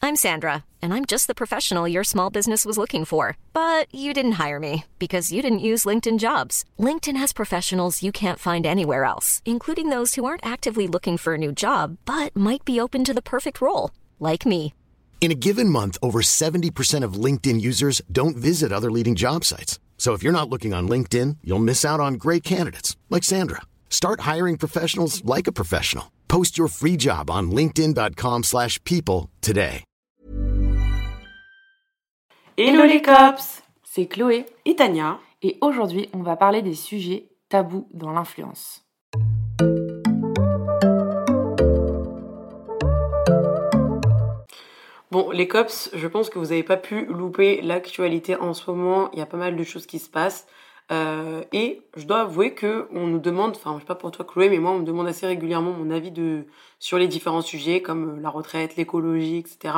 I'm Sandra, and I'm just the professional your small business was looking for. But you didn't hire me because you didn't use LinkedIn Jobs. LinkedIn has professionals you can't find anywhere else, including those who aren't actively looking for a new job, but might be open to the perfect role, like me. In a given month, over 70% of LinkedIn users don't visit other leading job sites. So if you're not looking on LinkedIn, you'll miss out on great candidates like Sandra. Start hiring professionals like a professional. Post your free job on linkedin.com/people today. Hello les cops, c'est Chloé et Tania. Et aujourd'hui, on va parler des sujets tabous dans l'influence. Bon, les cops, je pense que vous n'avez pas pu louper l'actualité en ce moment. Il y a pas mal de choses qui se passent. Et je dois avouer qu'on nous demande, enfin je sais pas pour toi Chloé, mais moi on me demande assez régulièrement mon avis sur les différents sujets comme la retraite, l'écologie, etc.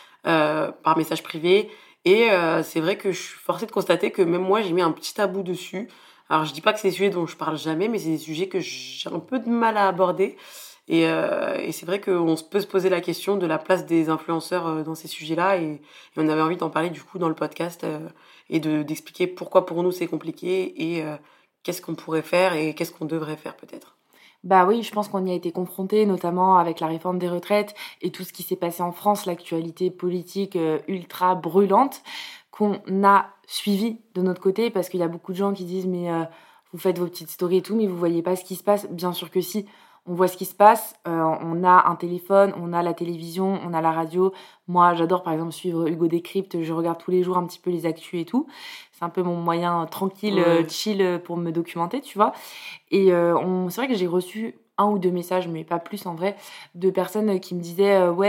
Par message privé. Et c'est vrai que je suis forcée de constater que même moi j'ai mis un petit tabou dessus. Alors je dis pas que c'est des sujets dont je parle jamais, mais c'est des sujets que j'ai un peu de mal à aborder. Et c'est vrai qu'on peut se poser la question de la place des influenceurs dans ces sujets-là. Et on avait envie d'en parler du coup dans le podcast et d'expliquer pourquoi pour nous c'est compliqué et qu'est-ce qu'on pourrait faire et qu'est-ce qu'on devrait faire peut-être. Bah oui, je pense qu'on y a été confrontés, notamment avec la réforme des retraites et tout ce qui s'est passé en France, l'actualité politique ultra brûlante, qu'on a suivi de notre côté, parce qu'il y a beaucoup de gens qui disent « mais vous faites vos petites stories et tout, mais vous voyez pas ce qui se passe ». Bien sûr que si, on voit ce qui se passe, on a un téléphone, on a la télévision, on a la radio. Moi, j'adore par exemple suivre Hugo Décrypte, je regarde tous les jours un petit peu les actus et tout. C'est un peu mon moyen tranquille, chill pour me documenter, tu vois. Et c'est vrai que j'ai reçu 1 ou 2 messages, mais pas plus en vrai, de personnes qui me disaient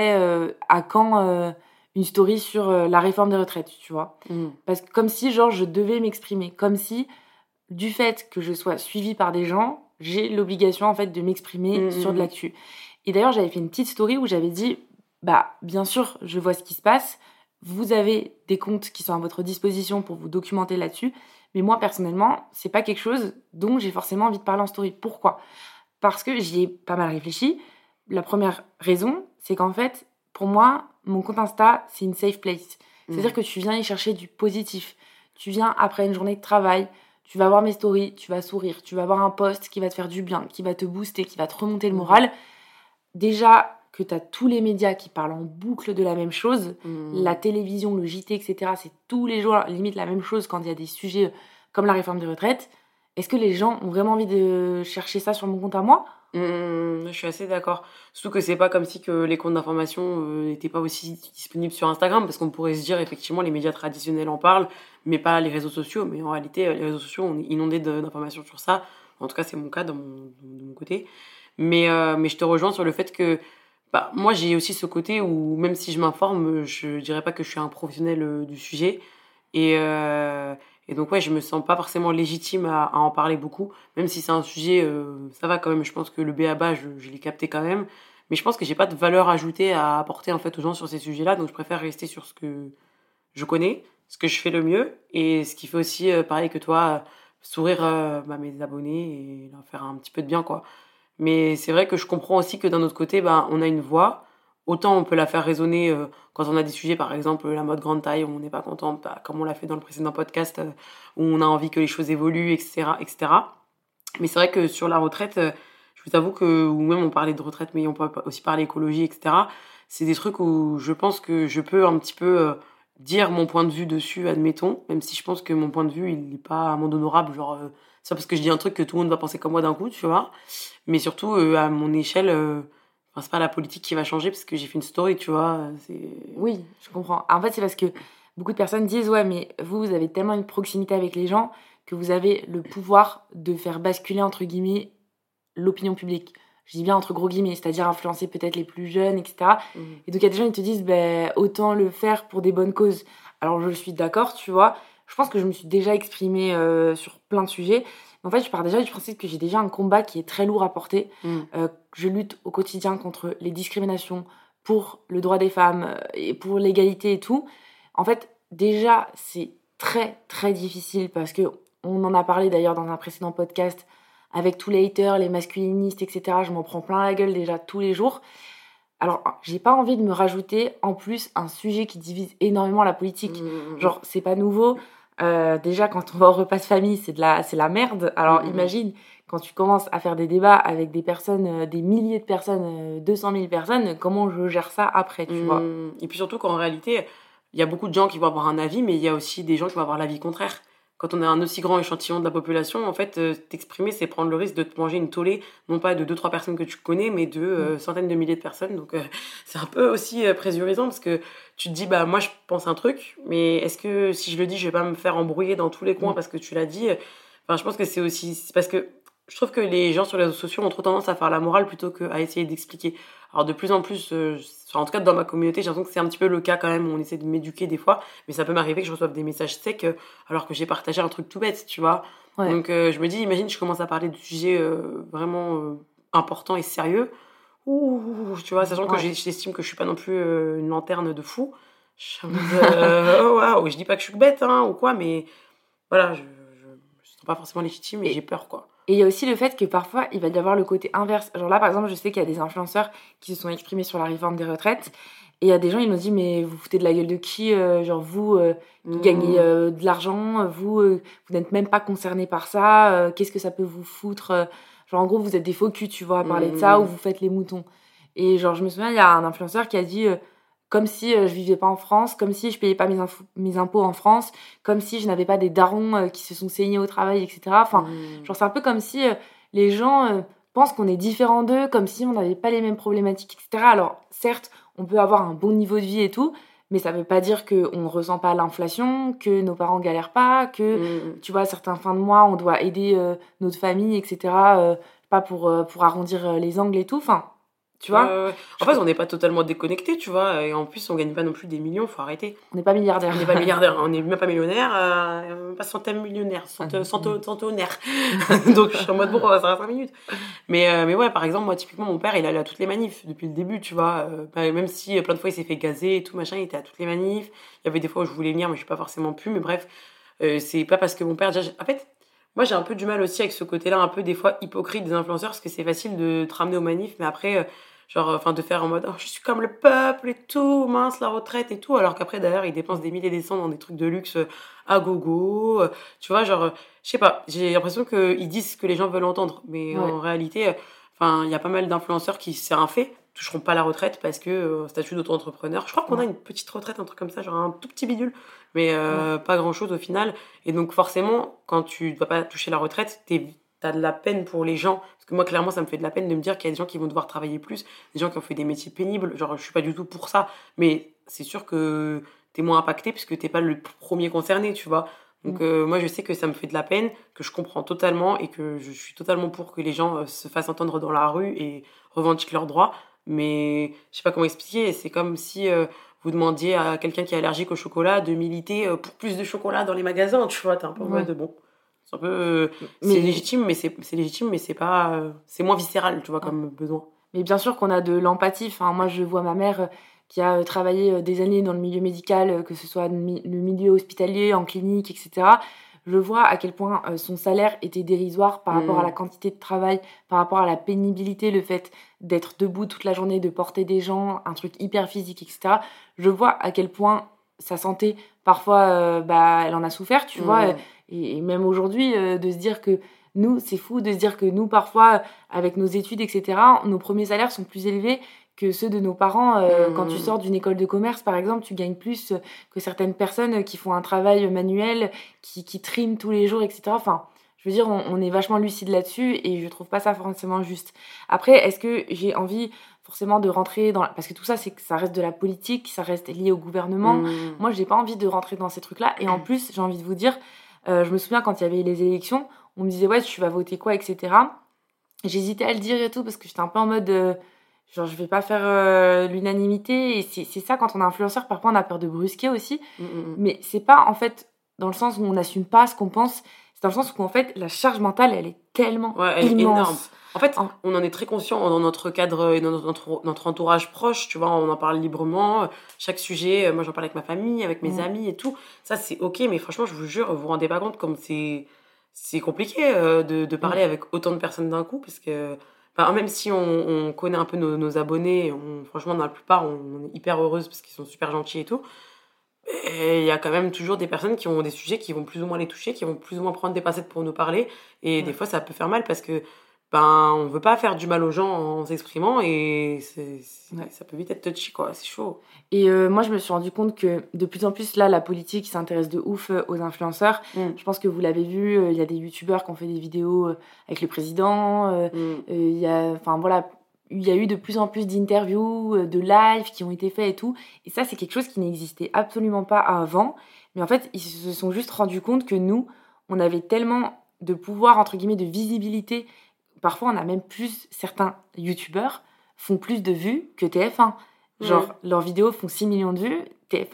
à quand une story sur la réforme des retraites, tu vois. Parce que comme si genre je devais m'exprimer, comme si du fait que je sois suivie par des gens, j'ai l'obligation en fait de m'exprimer sur de l'actu. Et d'ailleurs, j'avais fait une petite story où j'avais dit bien sûr, je vois ce qui se passe. Vous avez des comptes qui sont à votre disposition pour vous documenter là-dessus. Mais moi, personnellement, c'est pas quelque chose dont j'ai forcément envie de parler en story. Pourquoi ? Parce que j'y ai pas mal réfléchi. La première raison, c'est qu'en fait, pour moi, mon compte Insta, c'est une safe place. C'est-à-dire que tu viens y chercher du positif. Tu viens après une journée de travail, tu vas voir mes stories, tu vas sourire, tu vas voir un post qui va te faire du bien, qui va te booster, qui va te remonter le moral. Déjà que tu as tous les médias qui parlent en boucle de la même chose, la télévision, le JT, etc., c'est tous les jours limite la même chose quand il y a des sujets comme la réforme des retraites. Est-ce que les gens ont vraiment envie de chercher ça sur mon compte à moi ? Je suis assez d'accord. Surtout que c'est pas comme si que les comptes d'information n'étaient pas aussi disponibles sur Instagram, parce qu'on pourrait se dire effectivement les médias traditionnels en parlent, mais pas les réseaux sociaux. Mais en réalité, les réseaux sociaux, on est inondés d'informations sur ça. En tout cas, c'est mon cas de mon côté. Mais je te rejoins sur le fait que moi, j'ai aussi ce côté où même si je m'informe, je dirais pas que je suis un professionnel du sujet. Et donc ouais, je me sens pas forcément légitime à en parler beaucoup, même si c'est un sujet, ça va quand même, je pense que le b.a.-ba, je l'ai capté quand même, mais je pense que j'ai pas de valeur ajoutée à apporter en fait aux gens sur ces sujets-là, donc je préfère rester sur ce que je connais, ce que je fais le mieux, et ce qui fait aussi, pareil que toi, sourire mes abonnés et leur faire un petit peu de bien, quoi. Mais c'est vrai que je comprends aussi que d'un autre côté, on a une voix. Autant on peut la faire résonner quand on a des sujets, par exemple la mode grande taille, où on n'est pas content, comme on l'a fait dans le précédent podcast, où on a envie que les choses évoluent, etc., etc. Mais c'est vrai que sur la retraite, je vous avoue que, ou même on parlait de retraite, mais on peut aussi parler écologie, etc. C'est des trucs où je pense que je peux un petit peu dire mon point de vue dessus, admettons, même si je pense que mon point de vue, il n'est pas un monde honorable, genre, c'est pas parce que je dis un truc que tout le monde va penser comme moi d'un coup, tu vois. Mais surtout, à mon échelle... c'est pas la politique qui va changer parce que j'ai fait une story, tu vois. Oui, je comprends. En fait, c'est parce que beaucoup de personnes disent « Ouais, mais vous avez tellement une proximité avec les gens que vous avez le pouvoir de faire basculer, entre guillemets, l'opinion publique. » Je dis bien entre gros guillemets, c'est-à-dire influencer peut-être les plus jeunes, etc. Et donc, il y a des gens qui te disent autant le faire pour des bonnes causes. Alors, je suis d'accord, tu vois. Je pense que je me suis déjà exprimée sur plein de sujets. En fait, je pars déjà du principe que j'ai déjà un combat qui est très lourd à porter. Je lutte au quotidien contre les discriminations, pour le droit des femmes et pour l'égalité et tout. En fait, déjà, c'est très, très difficile parce que on en a parlé d'ailleurs dans un précédent podcast avec tous les haters, les masculinistes, etc. Je m'en prends plein la gueule déjà tous les jours. Alors, j'ai pas envie de me rajouter en plus un sujet qui divise énormément la politique. Genre, c'est pas nouveau. Déjà, quand on va au repas de famille, c'est la merde. Alors, imagine, quand tu commences à faire des débats avec des personnes, des milliers de personnes, 200 000 personnes, comment je gère ça après, tu vois? Et puis surtout qu'en réalité, il y a beaucoup de gens qui vont avoir un avis, mais il y a aussi des gens qui vont avoir l'avis contraire. Quand on a un aussi grand échantillon de la population, en fait, t'exprimer, c'est prendre le risque de te manger une tollée, non pas de 2-3 personnes que tu connais, mais de centaines de milliers de personnes. Donc, c'est un peu aussi pressurisant parce que tu te dis, bah, moi, je pense un truc, mais est-ce que si je le dis, je vais pas me faire embrouiller dans tous les coins parce que tu l'as dit. Enfin, je pense que c'est parce que je trouve que les gens sur les réseaux sociaux ont trop tendance à faire la morale plutôt qu'à essayer d'expliquer. Alors, de plus en plus, en tout cas dans ma communauté, j'ai l'impression que c'est un petit peu le cas quand même, où on essaie de m'éduquer des fois, mais ça peut m'arriver que je reçoive des messages secs alors que j'ai partagé un truc tout bête, tu vois. Ouais. Donc, je me dis, imagine, je commence à parler de sujets vraiment importants et sérieux, ouh, tu vois, sachant que j'estime que je suis pas non plus une lanterne de fou. Je suis en mode, oh waouh, je dis pas que je suis bête, hein, ou quoi, mais voilà, je me sens pas forcément légitime et j'ai peur, quoi. Et il y a aussi le fait que parfois, il va y avoir le côté inverse. Genre là, par exemple, je sais qu'il y a des influenceurs qui se sont exprimés sur la réforme des retraites. Et il y a des gens, ils nous disent, mais vous foutez de la gueule de qui genre vous, qui gagnez de l'argent, vous n'êtes même pas concernés par ça. Qu'est-ce que ça peut vous foutre Genre en gros, vous êtes des faux culs, tu vois, à parler de ça, ou vous faites les moutons. Et genre, je me souviens, il y a un influenceur qui a dit... comme si je vivais pas en France, comme si je payais pas mes impôts en France, comme si je n'avais pas des darons qui se sont saignés au travail, etc. Enfin, genre c'est un peu comme si les gens pensent qu'on est différents d'eux, comme si on n'avait pas les mêmes problématiques, etc. Alors certes, on peut avoir un bon niveau de vie et tout, mais ça veut pas dire qu'on ne ressent pas l'inflation, que nos parents galèrent pas, que, tu vois, à certains fins de mois, on doit aider notre famille, etc. Pas pour arrondir les angles et tout, enfin... Tu vois En fait, on n'est pas totalement déconnecté, tu vois. Et en plus, on gagne pas non plus des millions, faut arrêter. On n'est pas milliardaire. On n'est pas milliardaire, on n'est même pas millionnaire, pas centaine millionnaire, centenaire. Donc, je suis en mode, bon, ça reste 5 minutes. Mais ouais, par exemple, moi, typiquement, mon père, il allait à toutes les manifs depuis le début, tu vois. Même si plein de fois, il s'est fait gazer et tout, machin, il était à toutes les manifs. Il y avait des fois où je voulais venir, mais je n'ai pas forcément pu. Mais bref, c'est pas parce que mon père, déjà, en fait, moi, j'ai un peu du mal aussi avec ce côté-là, un peu des fois hypocrite des influenceurs, parce que c'est facile de te ramener aux manifs, mais après, de faire en mode, oh, je suis comme le peuple et tout, mince, la retraite et tout, alors qu'après, d'ailleurs, ils dépensent des milliers et des cents dans des trucs de luxe à gogo, tu vois, je sais pas, j'ai l'impression qu'ils disent ce que les gens veulent entendre, mais en réalité, il y a pas mal d'influenceurs qui, c'est un fait, toucheront pas la retraite parce que statut d'auto-entrepreneur. Je crois qu'on a une petite retraite, un truc comme ça, genre un tout petit bidule, mais pas grand-chose au final. Et donc forcément, quand tu dois pas toucher la retraite, t'as de la peine pour les gens. Parce que moi, clairement, ça me fait de la peine de me dire qu'il y a des gens qui vont devoir travailler plus, des gens qui ont fait des métiers pénibles. Genre, je suis pas du tout pour ça, mais c'est sûr que t'es moins impacté puisque t'es pas le premier concerné, tu vois. Donc moi, je sais que ça me fait de la peine, que je comprends totalement et que je suis totalement pour que les gens se fassent entendre dans la rue et revendiquent leurs droits. Mais je sais pas comment expliquer, c'est comme si vous demandiez à quelqu'un qui est allergique au chocolat de militer pour plus de chocolat dans les magasins, tu vois, t'es un peu en mode bon, c'est un peu c'est légitime, mais c'est pas c'est moins viscéral, tu vois, comme besoin. Mais bien sûr qu'on a de l'empathie. Enfin, moi, je vois ma mère qui a travaillé des années dans le milieu médical, que ce soit le milieu hospitalier, en clinique, etc. Je vois à quel point son salaire était dérisoire par rapport à la quantité de travail, par rapport à la pénibilité, le fait d'être debout toute la journée, de porter des gens, un truc hyper physique, etc. Je vois à quel point sa santé, parfois, elle en a souffert, tu vois. Et même aujourd'hui, de se dire que nous, c'est fou de se dire que nous, parfois, avec nos études, etc., nos premiers salaires sont plus élevés que ceux de nos parents. Quand tu sors d'une école de commerce, par exemple, tu gagnes plus que certaines personnes qui font un travail manuel, qui triment tous les jours, etc. Enfin, je veux dire, on est vachement lucide là-dessus et je trouve pas ça forcément juste. Après, est-ce que j'ai envie forcément de rentrer dans... Parce que tout ça, ça reste de la politique, ça reste lié au gouvernement. Moi, j'ai pas envie de rentrer dans ces trucs-là. Et en plus, j'ai envie de vous dire, je me souviens quand il y avait les élections, on me disait, ouais, tu vas voter quoi, etc. J'hésitais à le dire et tout parce que j'étais un peu en mode... je vais pas faire l'unanimité. Et c'est ça, quand on est influenceur, parfois on a peur de brusquer aussi. Mais c'est pas, en fait, dans le sens où on n'assume pas ce qu'on pense. C'est dans le sens où, en fait, la charge mentale, elle est tellement elle immense. est énorme. En fait, on en est très conscient dans notre cadre et dans notre entourage proche, tu vois, on en parle librement. Chaque sujet, moi j'en parle avec ma famille, avec mes amis et tout. Ça, c'est ok, mais franchement, je vous jure, vous vous rendez pas compte comme c'est compliqué de parler avec autant de personnes d'un coup, parce que même si on connaît un peu nos abonnés, franchement, dans la plupart, on est hyper heureuse parce qu'ils sont super gentils et tout. Et il y a quand même toujours des personnes qui ont des sujets qui vont plus ou moins les toucher, qui vont plus ou moins prendre des pincettes pour nous parler. Et des fois, ça peut faire mal parce que on veut pas faire du mal aux gens en s'exprimant et ça peut vite être touchy, quoi. C'est chaud. Et moi, je me suis rendu compte que de plus en plus, là, la politique s'intéresse de ouf aux influenceurs. Je pense que vous l'avez vu, il y a des youtubeurs qui ont fait des vidéos avec le président. Il y a eu de plus en plus d'interviews, de lives qui ont été faits et tout. Et ça, c'est quelque chose qui n'existait absolument pas avant. Mais en fait, ils se sont juste rendus compte que nous, on avait tellement de pouvoir, entre guillemets, de visibilité. Parfois, on a même plus... Certains youtubeurs font plus de vues que TF1. Genre, leurs vidéos font 6 millions de vues.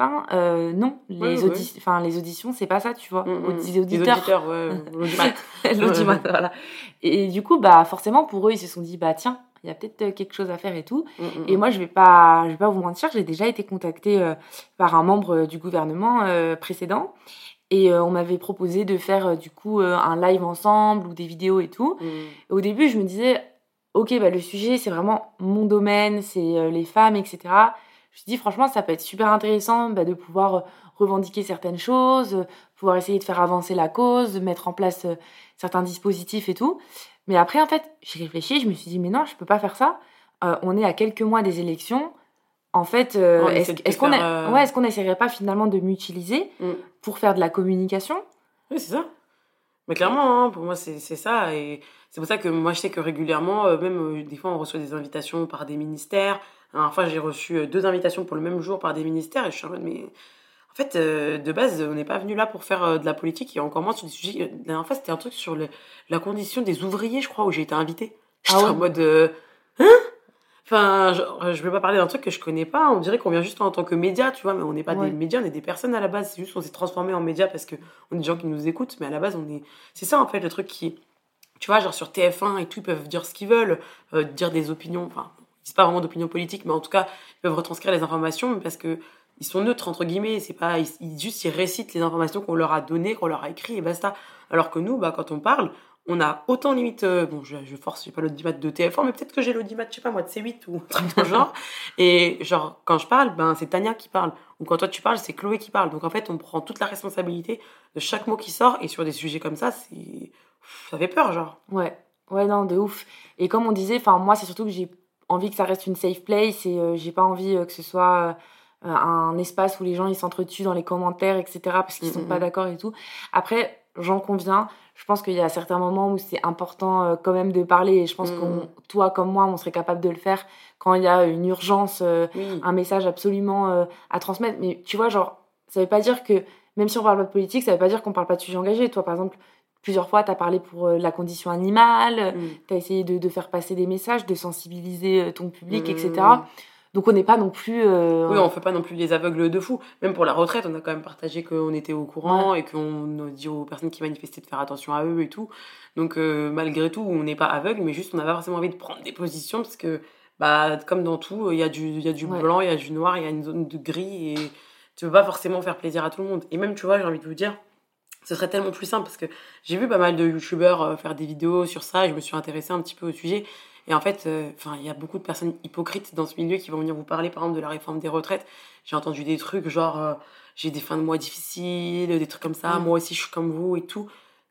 TF1, non. Les auditions, c'est pas ça, tu vois. Les auditeurs. Les auditeurs, ouais. L'audimat. L'audimat, voilà. Et du coup, forcément, pour eux, ils se sont dit, tiens, il y a peut-être quelque chose à faire et tout. Et moi, je vais pas vous mentir, j'ai déjà été contactée par un membre du gouvernement précédent. Et on m'avait proposé de faire du coup un live ensemble ou des vidéos et tout. Et au début, je me disais, ok, le sujet, c'est vraiment mon domaine, c'est les femmes, etc. Je me suis dit, franchement, ça peut être super intéressant de pouvoir revendiquer certaines choses, pouvoir essayer de faire avancer la cause, de mettre en place certains dispositifs et tout. Mais après, en fait, j'ai réfléchi, je me suis dit, mais non, je peux pas faire ça. On est à quelques mois des élections. En fait, est-ce qu'on n'essaierait pas finalement de m'utiliser pour faire de la communication ? Oui, c'est ça. Mais clairement, pour moi, c'est ça. Et c'est pour ça que moi, je sais que régulièrement, même des fois, on reçoit des invitations par des ministères. La dernière fois, j'ai reçu 2 invitations pour le même jour par des ministères. Et je suis en mode, mais en fait, de base, on n'est pas venu là pour faire de la politique. Et encore moins sur des sujets... La dernière fois, c'était un truc sur la condition des ouvriers, je crois, où j'ai été invitée. J'étais en mode... Hein ? Enfin, je vais pas parler d'un truc que je connais pas. On dirait qu'on vient juste en tant que média, tu vois, mais on n'est pas des médias, on est des personnes à la base. C'est juste qu'on s'est transformé en médias parce que on est des gens qui nous écoutent, mais à la base, c'est ça en fait le truc qui, tu vois, genre sur TF1 et tout, ils peuvent dire ce qu'ils veulent, dire des opinions. Enfin, ils disent pas vraiment d'opinions politiques, mais en tout cas, ils peuvent retranscrire les informations parce que ils sont neutres entre guillemets. C'est pas, ils récitent les informations qu'on leur a données, qu'on leur a écrit et basta. Alors que nous, quand on parle, on a autant limite... je force, j'ai pas l'audimat de TF1, mais peut-être que j'ai l'audimat, je sais pas moi, de C8 ou un truc dans le genre. Et genre, quand je parle, c'est Tania qui parle. Ou quand toi tu parles, c'est Chloé qui parle. Donc en fait, on prend toute la responsabilité de chaque mot qui sort. Et sur des sujets comme ça, ça fait peur, genre. Ouais, non, de ouf. Et comme on disait, moi, c'est surtout que j'ai envie que ça reste une safe place. Et j'ai pas envie que ce soit... un espace où les gens ils s'entretuent dans les commentaires, etc. parce qu'ils sont pas d'accord et tout. Après, j'en conviens. Je pense qu'il y a certains moments où c'est important quand même de parler. Et je pense que toi comme moi, on serait capable de le faire quand il y a une urgence, un message absolument à transmettre. Mais tu vois, genre, ça veut pas dire que, même si on parle pas de politique, ça veut pas dire qu'on parle pas de sujets engagés. Toi, par exemple, plusieurs fois, t'as parlé pour la condition animale, t'as essayé de faire passer des messages, de sensibiliser ton public, etc. Donc on n'est pas non plus... Oui, on fait pas non plus les aveugles de fou. Même pour la retraite, on a quand même partagé qu'on était au courant et qu'on a dit aux personnes qui manifestaient de faire attention à eux et tout. Donc malgré tout, on n'est pas aveugle, mais juste on avait forcément envie de prendre des positions parce que, comme dans tout, il y a du blanc, il y a du noir, il y a une zone de gris et tu veux pas forcément faire plaisir à tout le monde. Et même, tu vois, j'ai envie de vous dire, ce serait tellement plus simple parce que j'ai vu pas mal de youtubeurs faire des vidéos sur ça et je me suis intéressée un petit peu au sujet. Et en fait, il y a beaucoup de personnes hypocrites dans ce milieu qui vont venir vous parler, par exemple, de la réforme des retraites. J'ai entendu des trucs genre, j'ai des fins de mois difficiles, des trucs comme ça, moi aussi je suis comme vous et tout.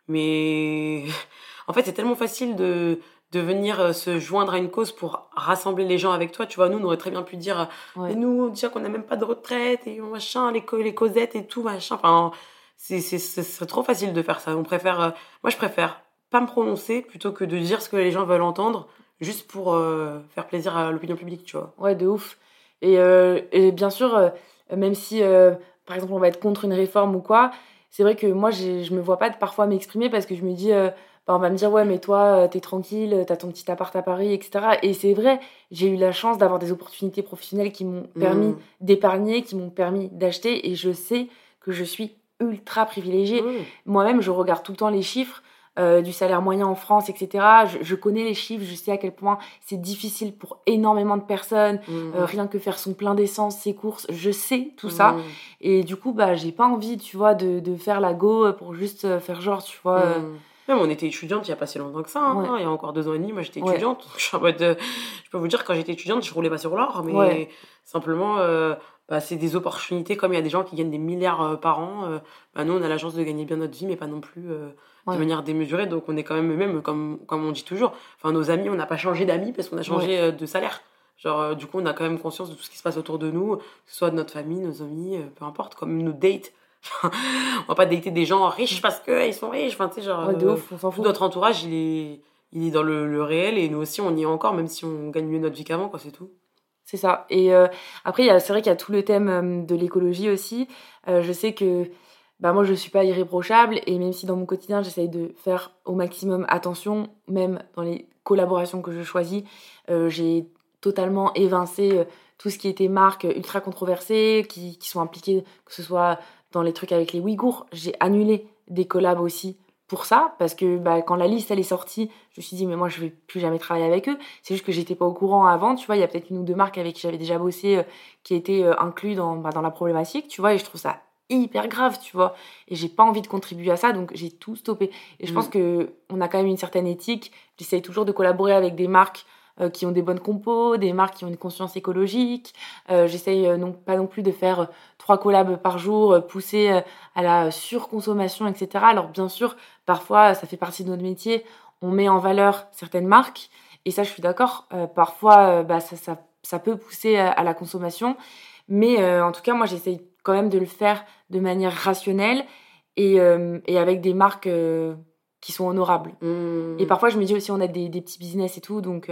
Mais en fait, c'est tellement facile de venir se joindre à une cause pour rassembler les gens avec toi. Tu vois, nous, on aurait très bien pu dire, mais nous, déjà qu'on n'a même pas de retraite et machin, les causettes et tout, machin. Enfin, c'est trop facile de faire ça. Moi, je préfère pas me prononcer plutôt que de dire ce que les gens veulent entendre. Juste pour faire plaisir à l'opinion publique, tu vois. Ouais, de ouf. Et bien sûr, même si, par exemple, on va être contre une réforme ou quoi, c'est vrai que moi, je me vois pas parfois m'exprimer parce que je me dis, on va me dire, ouais, mais toi, t'es tranquille, t'as ton petit appart à Paris, etc. Et c'est vrai, j'ai eu la chance d'avoir des opportunités professionnelles qui m'ont permis d'épargner, qui m'ont permis d'acheter, et je sais que je suis ultra privilégiée. Moi-même, je regarde tout le temps les chiffres, du salaire moyen en France, etc. Je connais les chiffres, je sais à quel point c'est difficile pour énormément de personnes, rien que faire son plein d'essence, ses courses, je sais tout ça. Et du coup, j'ai pas envie, tu vois, de faire la go pour juste faire genre, tu vois. Même on était étudiante il y a pas si longtemps que ça, hein. Ouais. Il y a encore 2 ans et demi, moi j'étais Ouais. étudiante. Donc, je suis en mode, je peux vous dire, quand j'étais étudiante, je roulais pas sur l'or, mais Ouais. simplement, c'est des opportunités. Comme il y a des gens qui gagnent des milliards par an, nous on a la chance de gagner bien notre vie, mais pas non plus de Ouais. manière démesurée. Donc on est quand même comme on dit toujours, enfin nos amis, on n'a pas changé d'amis parce qu'on a changé de salaire. Genre, du coup, on a quand même conscience de tout ce qui se passe autour de nous, que ce soit de notre famille, nos amis, peu importe, comme nos dates. On va pas dater des gens riches parce qu'ils sont riches. Enfin, tu sais, genre, Ouais, de ouf, on s'en tout fout. notre entourage, il est dans le réel et nous aussi, on y est encore, même si on gagne mieux notre vie qu'avant, quoi, c'est tout. C'est ça. Et après, c'est vrai qu'il y a tout le thème de l'écologie aussi. Je sais que moi, je suis pas irréprochable et même si dans mon quotidien, j'essaye de faire au maximum attention, même dans les collaborations que je choisis, j'ai totalement évincé tout ce qui était marques ultra controversées, qui sont impliquées, que ce soit dans les trucs avec les Ouïghours. J'ai annulé des collabs aussi pour ça, parce que quand la liste elle est sortie, je me suis dit mais moi je vais plus jamais travailler avec eux. C'est juste que j'étais pas au courant avant, tu vois, il y a peut-être 1 ou 2 marques avec qui j'avais déjà bossé qui étaient inclus dans la problématique, tu vois, et je trouve ça hyper grave, tu vois, et j'ai pas envie de contribuer à ça, donc j'ai tout stoppé. Et je pense que on a quand même une certaine éthique. J'essaye toujours de collaborer avec des marques qui ont des bonnes compos, des marques qui ont une conscience écologique. J'essaye pas non plus de faire 3 collabs par jour, pousser à la surconsommation, etc. Alors bien sûr, parfois, ça fait partie de notre métier, on met en valeur certaines marques, et ça, je suis d'accord. Parfois, ça peut pousser à la consommation, mais en tout cas, moi, j'essaye quand même de le faire de manière rationnelle et avec des marques qui sont honorables. Et parfois, je me dis aussi, on a des petits business et tout, donc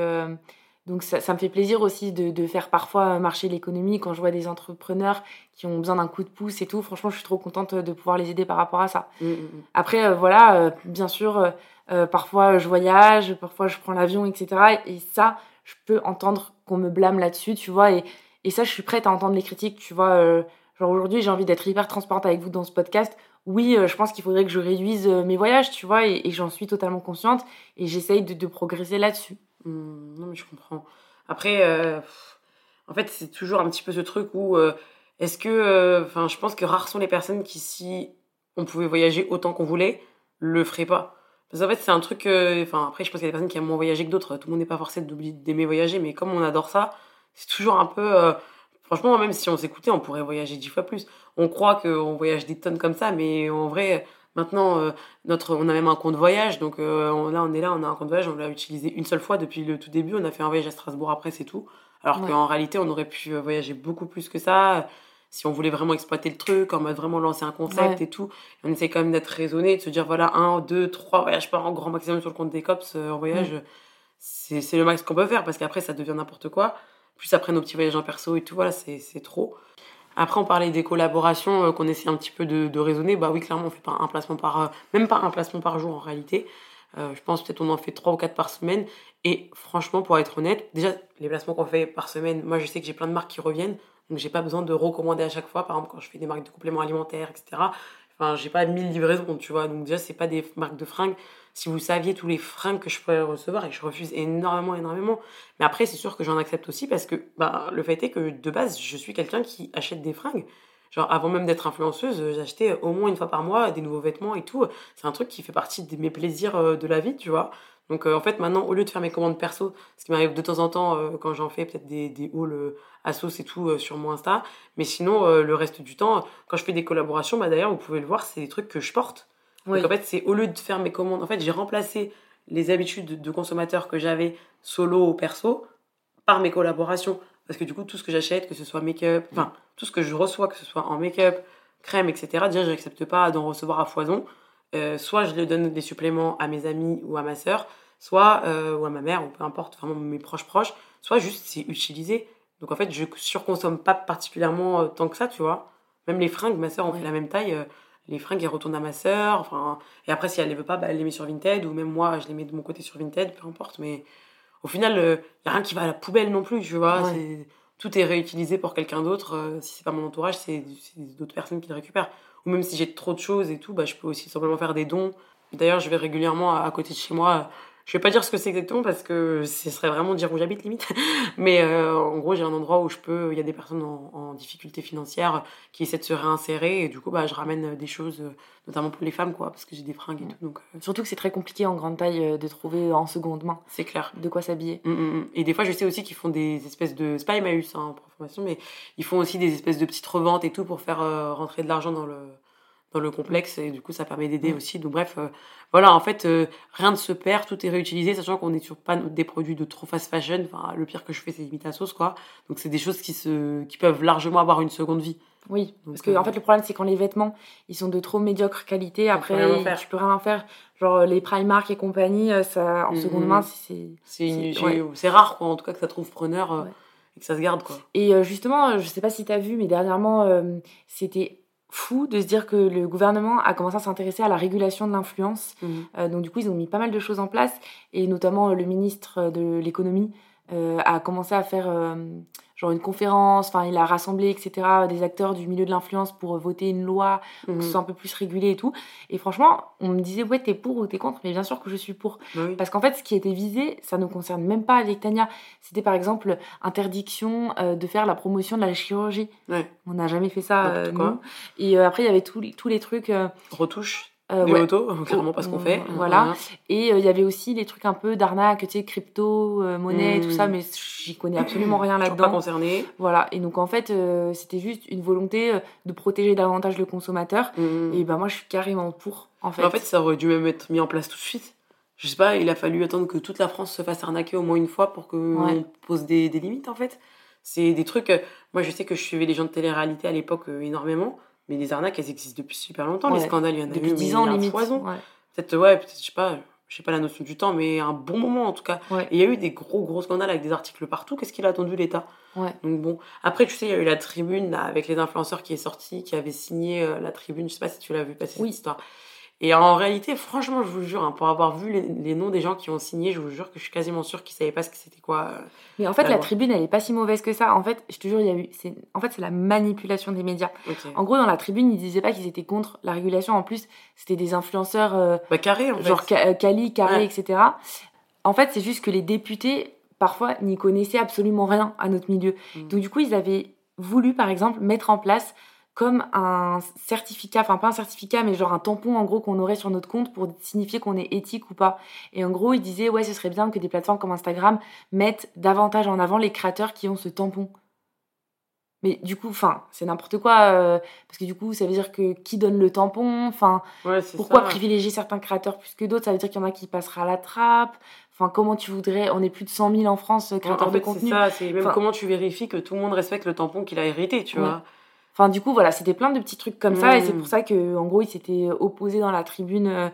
ça me fait plaisir aussi de faire parfois marcher l'économie quand je vois des entrepreneurs qui ont besoin d'un coup de pouce et tout. Franchement, je suis trop contente de pouvoir les aider par rapport à ça. Après, bien sûr, parfois je voyage, parfois je prends l'avion, etc. Et ça, je peux entendre qu'on me blâme là-dessus, tu vois, et ça, je suis prête à entendre les critiques, tu vois. Genre aujourd'hui, j'ai envie d'être hyper transparente avec vous dans ce podcast. Oui, je pense qu'il faudrait que je réduise mes voyages, tu vois, et j'en suis totalement consciente, et j'essaye de progresser là-dessus. Non, mais je comprends. Après, en fait, c'est toujours un petit peu ce truc où est-ce que. Enfin, je pense que rares sont les personnes qui, si on pouvait voyager autant qu'on voulait, le feraient pas. Parce qu'en fait, c'est un truc. Enfin, après, je pense qu'il y a des personnes qui aiment moins voyager que d'autres. Tout le monde n'est pas forcé d'aimer voyager, mais comme on adore ça, c'est toujours un peu. Franchement, même si on s'écoutait, on pourrait voyager 10 fois plus. On croit qu'on voyage des tonnes comme ça, mais en vrai, maintenant, on a même un compte voyage. Donc on a un compte voyage, on l'a utilisé une seule fois depuis le tout début. On a fait un voyage à Strasbourg après, c'est tout. Alors Ouais. qu'en réalité, on aurait pu voyager beaucoup plus que ça. Si on voulait vraiment exploiter le truc, en mode vraiment lancer un concept Ouais. et tout. Et on essaie quand même d'être raisonné, de se dire voilà, 1, 2, 3 voyages par an, grand maximum sur le compte des cops en voyage. C'est le max qu'on peut faire parce qu'après, ça devient n'importe quoi. Plus après nos petits voyages en perso et tout, voilà, c'est trop. Après, on parlait des collaborations qu'on essaie un petit peu de raisonner. Bah oui, clairement, on fait pas un placement même pas un placement par jour en réalité. Je pense peut-être on en fait 3 ou 4 par semaine. Et franchement, pour être honnête, déjà, les placements qu'on fait par semaine, moi je sais que j'ai plein de marques qui reviennent. Donc j'ai pas besoin de recommander à chaque fois. Par exemple, quand je fais des marques de compléments alimentaires, etc. Enfin, j'ai pas 1000 livraisons, tu vois. Donc déjà, c'est pas des marques de fringues. Si vous saviez tous les fringues que je pourrais recevoir, et je refuse énormément. Mais après, c'est sûr que j'en accepte aussi parce que le fait est que de base, je suis quelqu'un qui achète des fringues. Genre, avant même d'être influenceuse, j'achetais au moins 1 fois par mois des nouveaux vêtements et tout. C'est un truc qui fait partie de mes plaisirs de la vie, tu vois. Donc, en fait, maintenant, au lieu de faire mes commandes perso, ce qui m'arrive de temps en temps quand j'en fais peut-être des hauls à sauce et tout sur mon Insta, mais sinon, le reste du temps, quand je fais des collaborations, d'ailleurs, vous pouvez le voir, c'est des trucs que je porte. Oui. Donc, en fait, c'est au lieu de faire mes commandes, en fait, j'ai remplacé les habitudes de consommateur que j'avais solo ou perso par mes collaborations. Parce que du coup, tout ce que j'achète, que ce soit make-up, enfin, tout ce que je reçois, que ce soit en make-up, crème, etc., déjà, je n'accepte pas d'en recevoir à foison. Soit je le donne des suppléments à mes amis ou à ma sœur, soit, ou à ma mère, ou peu importe, vraiment mes proches, soit juste c'est utilisé. Donc en fait, je surconsomme pas particulièrement tant que ça, tu vois. Même les fringues, ma sœur, on fait la même taille. Les fringues, elles retournent à ma sœur. Enfin, et après, si elle les veut pas, elle les met sur Vinted, ou même moi, je les mets de mon côté sur Vinted, peu importe. Mais au final, y a rien qui va à la poubelle non plus, tu vois. Ouais. Tout est réutilisé pour quelqu'un d'autre. Si c'est pas mon entourage, c'est d'autres personnes qui le récupèrent. Ou même si j'ai trop de choses et tout, je peux aussi simplement faire des dons. D'ailleurs, je vais régulièrement à côté de chez moi, Je vais pas dire ce que c'est exactement parce que ce serait vraiment dire où j'habite limite. Mais en gros, j'ai un endroit où il y a des personnes en difficulté financière qui essaient de se réinsérer et du coup, je ramène des choses, notamment pour les femmes, quoi, parce que j'ai des fringues et tout. Donc, Surtout que c'est très compliqué en grande taille de trouver en seconde main. C'est clair. De quoi s'habiller. Et des fois, je sais aussi qu'ils font des espèces de... C'est pas Emmaüs, pour information, mais ils font aussi des espèces de petites reventes et tout pour faire rentrer de l'argent dans le complexe et du coup ça permet d'aider aussi. Donc bref, voilà, en fait rien ne se perd, tout est réutilisé, sachant qu'on est sur pas des produits de trop fast fashion. Enfin, le pire que je fais c'est limite à sauce, quoi. Donc c'est des choses qui peuvent largement avoir une seconde vie. Oui, donc, parce que en fait le problème c'est quand les vêtements ils sont de trop médiocre qualité, après tu peux rien faire. Genre les Primark et compagnie, ça en seconde main c'est rare, quoi, en tout cas que ça trouve preneur et que ça se garde, quoi. Et justement, je sais pas si t'as vu, mais dernièrement c'était fou de se dire que le gouvernement a commencé à s'intéresser à la régulation de l'influence. Donc du coup, ils ont mis pas mal de choses en place, et notamment le ministre de l'économie a commencé à faire genre une conférence, enfin il a rassemblé, etc., des acteurs du milieu de l'influence pour voter une loi pour que ce soit un peu plus régulé et tout. Et franchement, on me disait, ouais, t'es pour ou t'es contre? Mais bien sûr que je suis pour. Oui. Parce qu'en fait, ce qui était visé, ça ne concerne même pas avec Tania. C'était par exemple interdiction de faire la promotion de la chirurgie. Ouais. On n'a jamais fait ça, nous. Et après, il y avait tous les trucs... retouches. Des motos, clairement pas ce qu'on fait. Voilà. Et il y avait aussi les trucs un peu d'arnaque, tu sais, crypto, monnaie et tout ça, mais j'y connais absolument rien là-dedans. Je suis pas concernée. Voilà. Et donc en fait, c'était juste une volonté de protéger davantage le consommateur. Et moi, je suis carrément pour, en fait. Mais en fait, ça aurait dû même être mis en place tout de suite. Je sais pas, il a fallu attendre que toute la France se fasse arnaquer au moins une fois pour qu'on pose des limites, en fait. C'est des trucs... moi, je sais que je suivais les gens de télé-réalité à l'époque énormément. Mais les arnaques, elles existent depuis super longtemps. Les scandales, il y en a depuis 10 ans, limite. Foison. Peut-être, je sais pas la notion du temps, mais un bon moment, en tout cas. Et il y a eu des gros scandales avec des articles partout. Qu'est-ce qu'il a attendu, l'État ? Donc bon. Après, tu sais, il y a eu la tribune, là, avec les influenceurs qui est sortie, qui avait signé la tribune. Je sais pas si tu l'as vu passer cette histoire. Et en réalité, franchement, je vous jure, pour avoir vu les noms des gens qui ont signé, je vous jure que je suis quasiment sûre qu'ils savaient pas ce que c'était quoi. Mais en fait, la tribune, elle est pas si mauvaise que ça. En fait, je te jure, c'est la manipulation des médias. Okay. En gros, dans la tribune, ils disaient pas qu'ils étaient contre la régulation. En plus, c'était des influenceurs carrés, en fait. Genre Cali, Carré, etc. En fait, c'est juste que les députés, parfois, n'y connaissaient absolument rien à notre milieu. Donc du coup, ils avaient voulu, par exemple, mettre en place comme un certificat, enfin pas un certificat, mais genre un tampon en gros qu'on aurait sur notre compte pour signifier qu'on est éthique ou pas. Et en gros, ils disaient, ce serait bien que des plateformes comme Instagram mettent davantage en avant les créateurs qui ont ce tampon. Mais du coup, c'est n'importe quoi, parce que du coup, ça veut dire que qui donne le tampon, pourquoi privilégier certains créateurs plus que d'autres, ça veut dire qu'il y en a qui passera à la trappe. Comment tu voudrais... On est plus de 100 000 en France, créateurs de contenu. C'est ça, c'est même comment tu vérifies que tout le monde respecte le tampon qu'il a hérité, tu vois. Du coup, voilà, c'était plein de petits trucs comme ça, et c'est pour ça qu'en gros, ils s'étaient opposés dans la tribune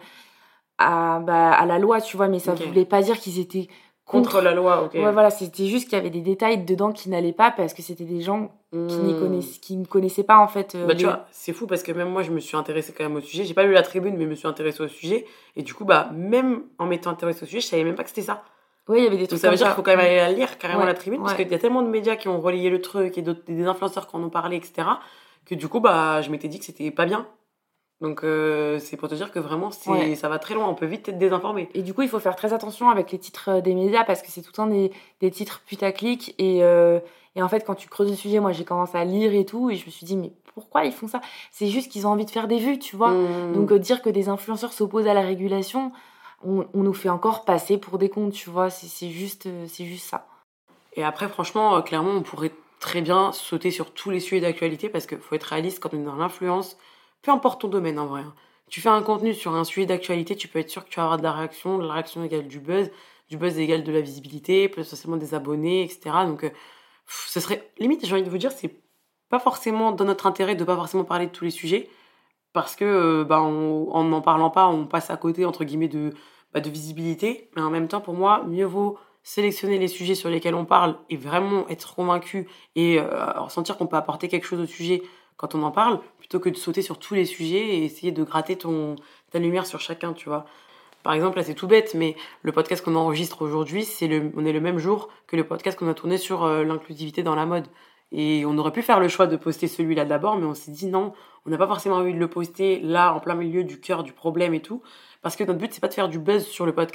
à la loi, tu vois, mais ça voulait pas dire qu'ils étaient contre la loi, ok. Ouais, voilà, c'était juste qu'il y avait des détails dedans qui n'allaient pas, parce que c'était des gens qui ne connaissaient pas, en fait. Tu vois, c'est fou, parce que même moi, je me suis intéressée quand même au sujet. J'ai pas lu la tribune, mais je me suis intéressée au sujet, et du coup, même en m'étant intéressée au sujet, je savais même pas que c'était ça. Oui, il y avait des trucs. Donc ça veut dire qu'il faut quand même aller la lire carrément la tribune, parce qu'il y a tellement de médias qui ont relayé le truc, et des influenceurs qui en ont parlé, etc., que du coup, je m'étais dit que c'était pas bien. Donc, c'est pour te dire que vraiment, ça va très loin. On peut vite être désinformé. Et du coup, il faut faire très attention avec les titres des médias, parce que c'est tout le temps des titres putaclic. Et en fait, quand tu creuses le sujet, moi, j'ai commencé à lire et tout, et je me suis dit, mais pourquoi ils font ça ? C'est juste qu'ils ont envie de faire des vues, tu vois. Donc, dire que des influenceurs s'opposent à la régulation, on nous fait encore passer pour des cons, tu vois. C'est juste ça. Et après, franchement, clairement, on pourrait très bien sauter sur tous les sujets d'actualité, parce qu'il faut être réaliste quand on est dans l'influence, peu importe ton domaine en vrai. Tu fais un contenu sur un sujet d'actualité, tu peux être sûr que tu vas avoir de la réaction égale du buzz égale de la visibilité, potentiellement des abonnés, etc. Donc ce serait, limite, j'ai envie de vous dire, c'est pas forcément dans notre intérêt de pas forcément parler de tous les sujets, parce que en n'en parlant pas, on passe à côté, entre guillemets, de visibilité. Mais en même temps, pour moi, mieux vaut sélectionner les sujets sur lesquels on parle et vraiment être convaincu et sentir qu'on peut apporter quelque chose au sujet quand on en parle, plutôt que de sauter sur tous les sujets et essayer de gratter ta lumière sur chacun, tu vois. Par exemple, là, c'est tout bête, mais le podcast qu'on enregistre aujourd'hui, on est le même jour que le podcast qu'on a tourné sur l'inclusivité dans la mode. Et on aurait pu faire le choix de poster celui-là d'abord, mais on s'est dit non, on n'a pas forcément envie de le poster là, en plein milieu du cœur du problème et tout, parce que notre but, c'est pas de faire du buzz sur le podcast,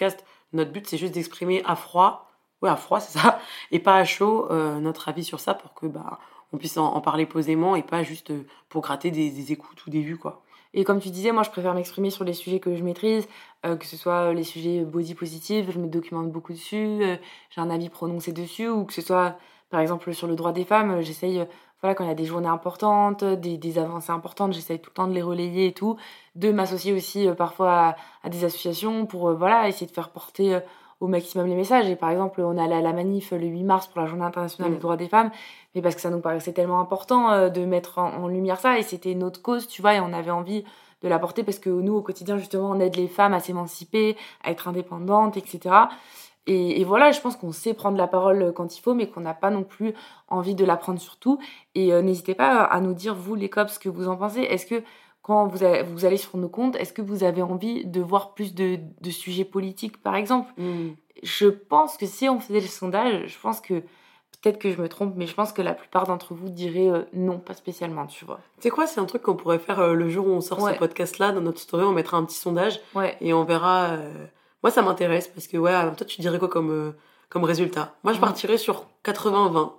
Notre but, c'est juste d'exprimer à froid, c'est ça, et pas à chaud, notre avis sur ça pour que on puisse en parler posément et pas juste pour gratter des écoutes ou des vues, quoi. Et comme tu disais, moi, je préfère m'exprimer sur les sujets que je maîtrise, que ce soit les sujets body positive, je me documente beaucoup dessus, j'ai un avis prononcé dessus, ou que ce soit, par exemple, sur le droit des femmes, j'essaye, quand il y a des journées importantes, des avancées importantes, j'essaye tout le temps de les relayer et tout, de m'associer aussi parfois à des associations pour, essayer de faire porter au maximum les messages. Et par exemple, on est allé à la manif le 8 mars pour la Journée internationale des droits des femmes, mais parce que ça nous paraissait tellement important de mettre en lumière ça, et c'était notre cause, tu vois, et on avait envie de la porter parce que nous, au quotidien, justement, on aide les femmes à s'émanciper, à être indépendantes, etc. Et voilà, je pense qu'on sait prendre la parole quand il faut, mais qu'on n'a pas non plus envie de la prendre sur tout. Et n'hésitez pas à nous dire, vous, les cops, ce que vous en pensez. Est-ce que quand vous allez sur nos comptes, est-ce que vous avez envie de voir plus de sujets politiques, par exemple ? Je pense que si on faisait le sondage, je pense que, peut-être que je me trompe, mais je pense que la plupart d'entre vous diraient non, pas spécialement, tu vois. Tu sais quoi, c'est un truc qu'on pourrait faire le jour où on sort ce podcast-là, dans notre story, on mettra un petit sondage et on verra... Moi, ça m'intéresse parce que, toi, tu dirais quoi comme résultat ? Moi, je partirais sur 80-20.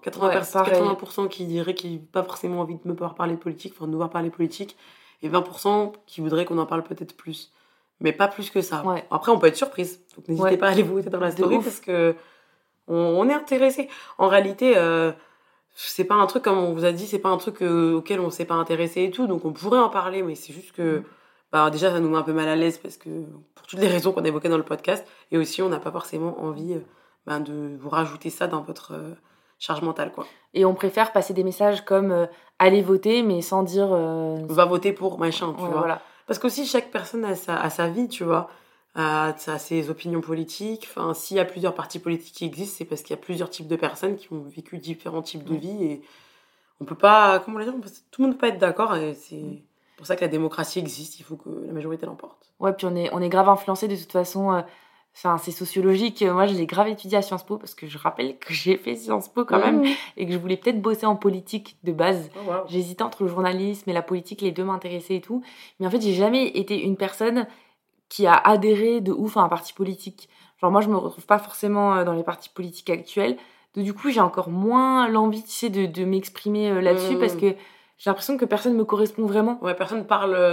80% qui diraient qu'ils n'ont pas forcément envie de me voir parler politique, de nous voir parler politique, et 20% qui voudraient qu'on en parle peut-être plus. Mais pas plus que ça. Ouais. Après, on peut être surprise. Donc, n'hésitez pas à aller voter dans la story parce que on est intéressés. En réalité, c'est pas un truc, comme on vous a dit, c'est pas un truc auquel on s'est pas intéressé et tout. Donc, on pourrait en parler, mais c'est juste que... déjà, ça nous met un peu mal à l'aise parce que pour toutes les raisons qu'on évoquait dans le podcast, et aussi on n'a pas forcément envie de vous rajouter ça dans votre charge mentale, quoi. Et on préfère passer des messages comme allez voter, mais sans dire va voter pour machin, tu vois. Voilà. Parce qu'aussi chaque personne a sa vie, tu vois, a ses opinions politiques. Enfin, s'il y a plusieurs partis politiques qui existent, c'est parce qu'il y a plusieurs types de personnes qui ont vécu différents types de vie, et on peut pas, tout le monde ne peut pas être d'accord, et c'est pour ça que la démocratie existe, il faut que la majorité l'emporte. Ouais, puis on est grave influencé de toute façon, c'est sociologique. Moi, je l'ai grave étudié à Sciences Po, parce que je rappelle que j'ai fait Sciences Po quand même, et que je voulais peut-être bosser en politique de base. Oh, wow. J'hésitais entre le journalisme et la politique, les deux m'intéressaient et tout. Mais en fait, j'ai jamais été une personne qui a adhéré de ouf à un parti politique. Genre, moi, je me retrouve pas forcément dans les partis politiques actuels. Donc, du coup, j'ai encore moins l'envie, tu sais, de m'exprimer là-dessus, parce que j'ai l'impression que personne me correspond vraiment. Ouais, personne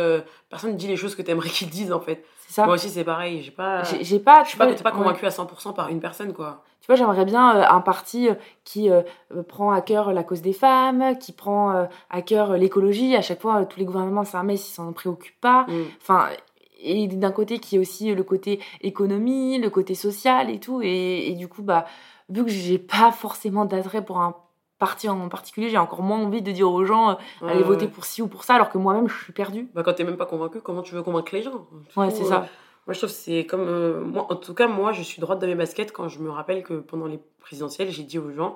dit les choses que t'aimerais qu'ils disent, en fait. C'est ça. Moi aussi, c'est pareil. Je suis pas convaincue à 100% par une personne, quoi. Tu vois, j'aimerais bien un parti qui prend à cœur la cause des femmes, qui prend à cœur l'écologie. À chaque fois, tous les gouvernements, c'est un mess, ils s'en préoccupent pas. Enfin, et d'un côté, qui est aussi le côté économie, le côté social et tout. Et du coup, vu que j'ai pas forcément d'attrait pour un parti en particulier, j'ai encore moins envie de dire aux gens allez voter pour ci ou pour ça, alors que moi-même je suis perdue. Quand t'es même pas convaincu, comment tu veux convaincre les gens ? C'est ça. Moi je trouve que c'est comme moi, en tout cas moi je suis droite dans mes baskets quand je me rappelle que pendant les présidentielles j'ai dit aux gens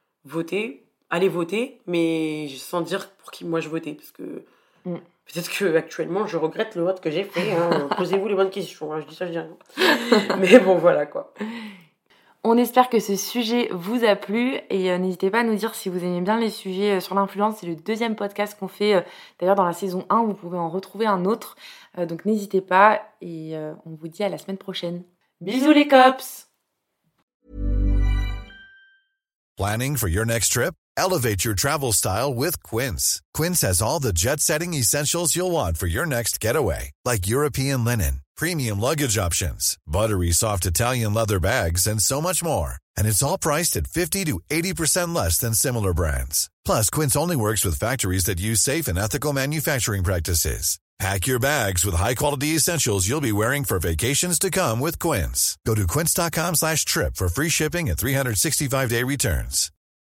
allez voter, mais sans dire pour qui moi je votais, parce que peut-être que actuellement je regrette le vote que j'ai fait. Posez-vous les bonnes questions, je dis ça, je dis rien. Mais bon, voilà quoi. On espère que ce sujet vous a plu, et n'hésitez pas à nous dire si vous aimez bien les sujets sur l'influence. C'est le 2e podcast qu'on fait. D'ailleurs, dans la saison 1, vous pouvez en retrouver un autre. Donc n'hésitez pas, et on vous dit à la semaine prochaine. Bisous les cops! Planning for your next trip? Elevate your travel style with Quince. Quince has all the jet-setting essentials you'll want for your next getaway, like European linen, premium luggage options, buttery soft Italian leather bags, and so much more. And it's all priced at 50 to 80% less than similar brands. Plus, Quince only works with factories that use safe and ethical manufacturing practices. Pack your bags with high-quality essentials you'll be wearing for vacations to come with Quince. Go to quince.com/trip for free shipping and 365-day returns.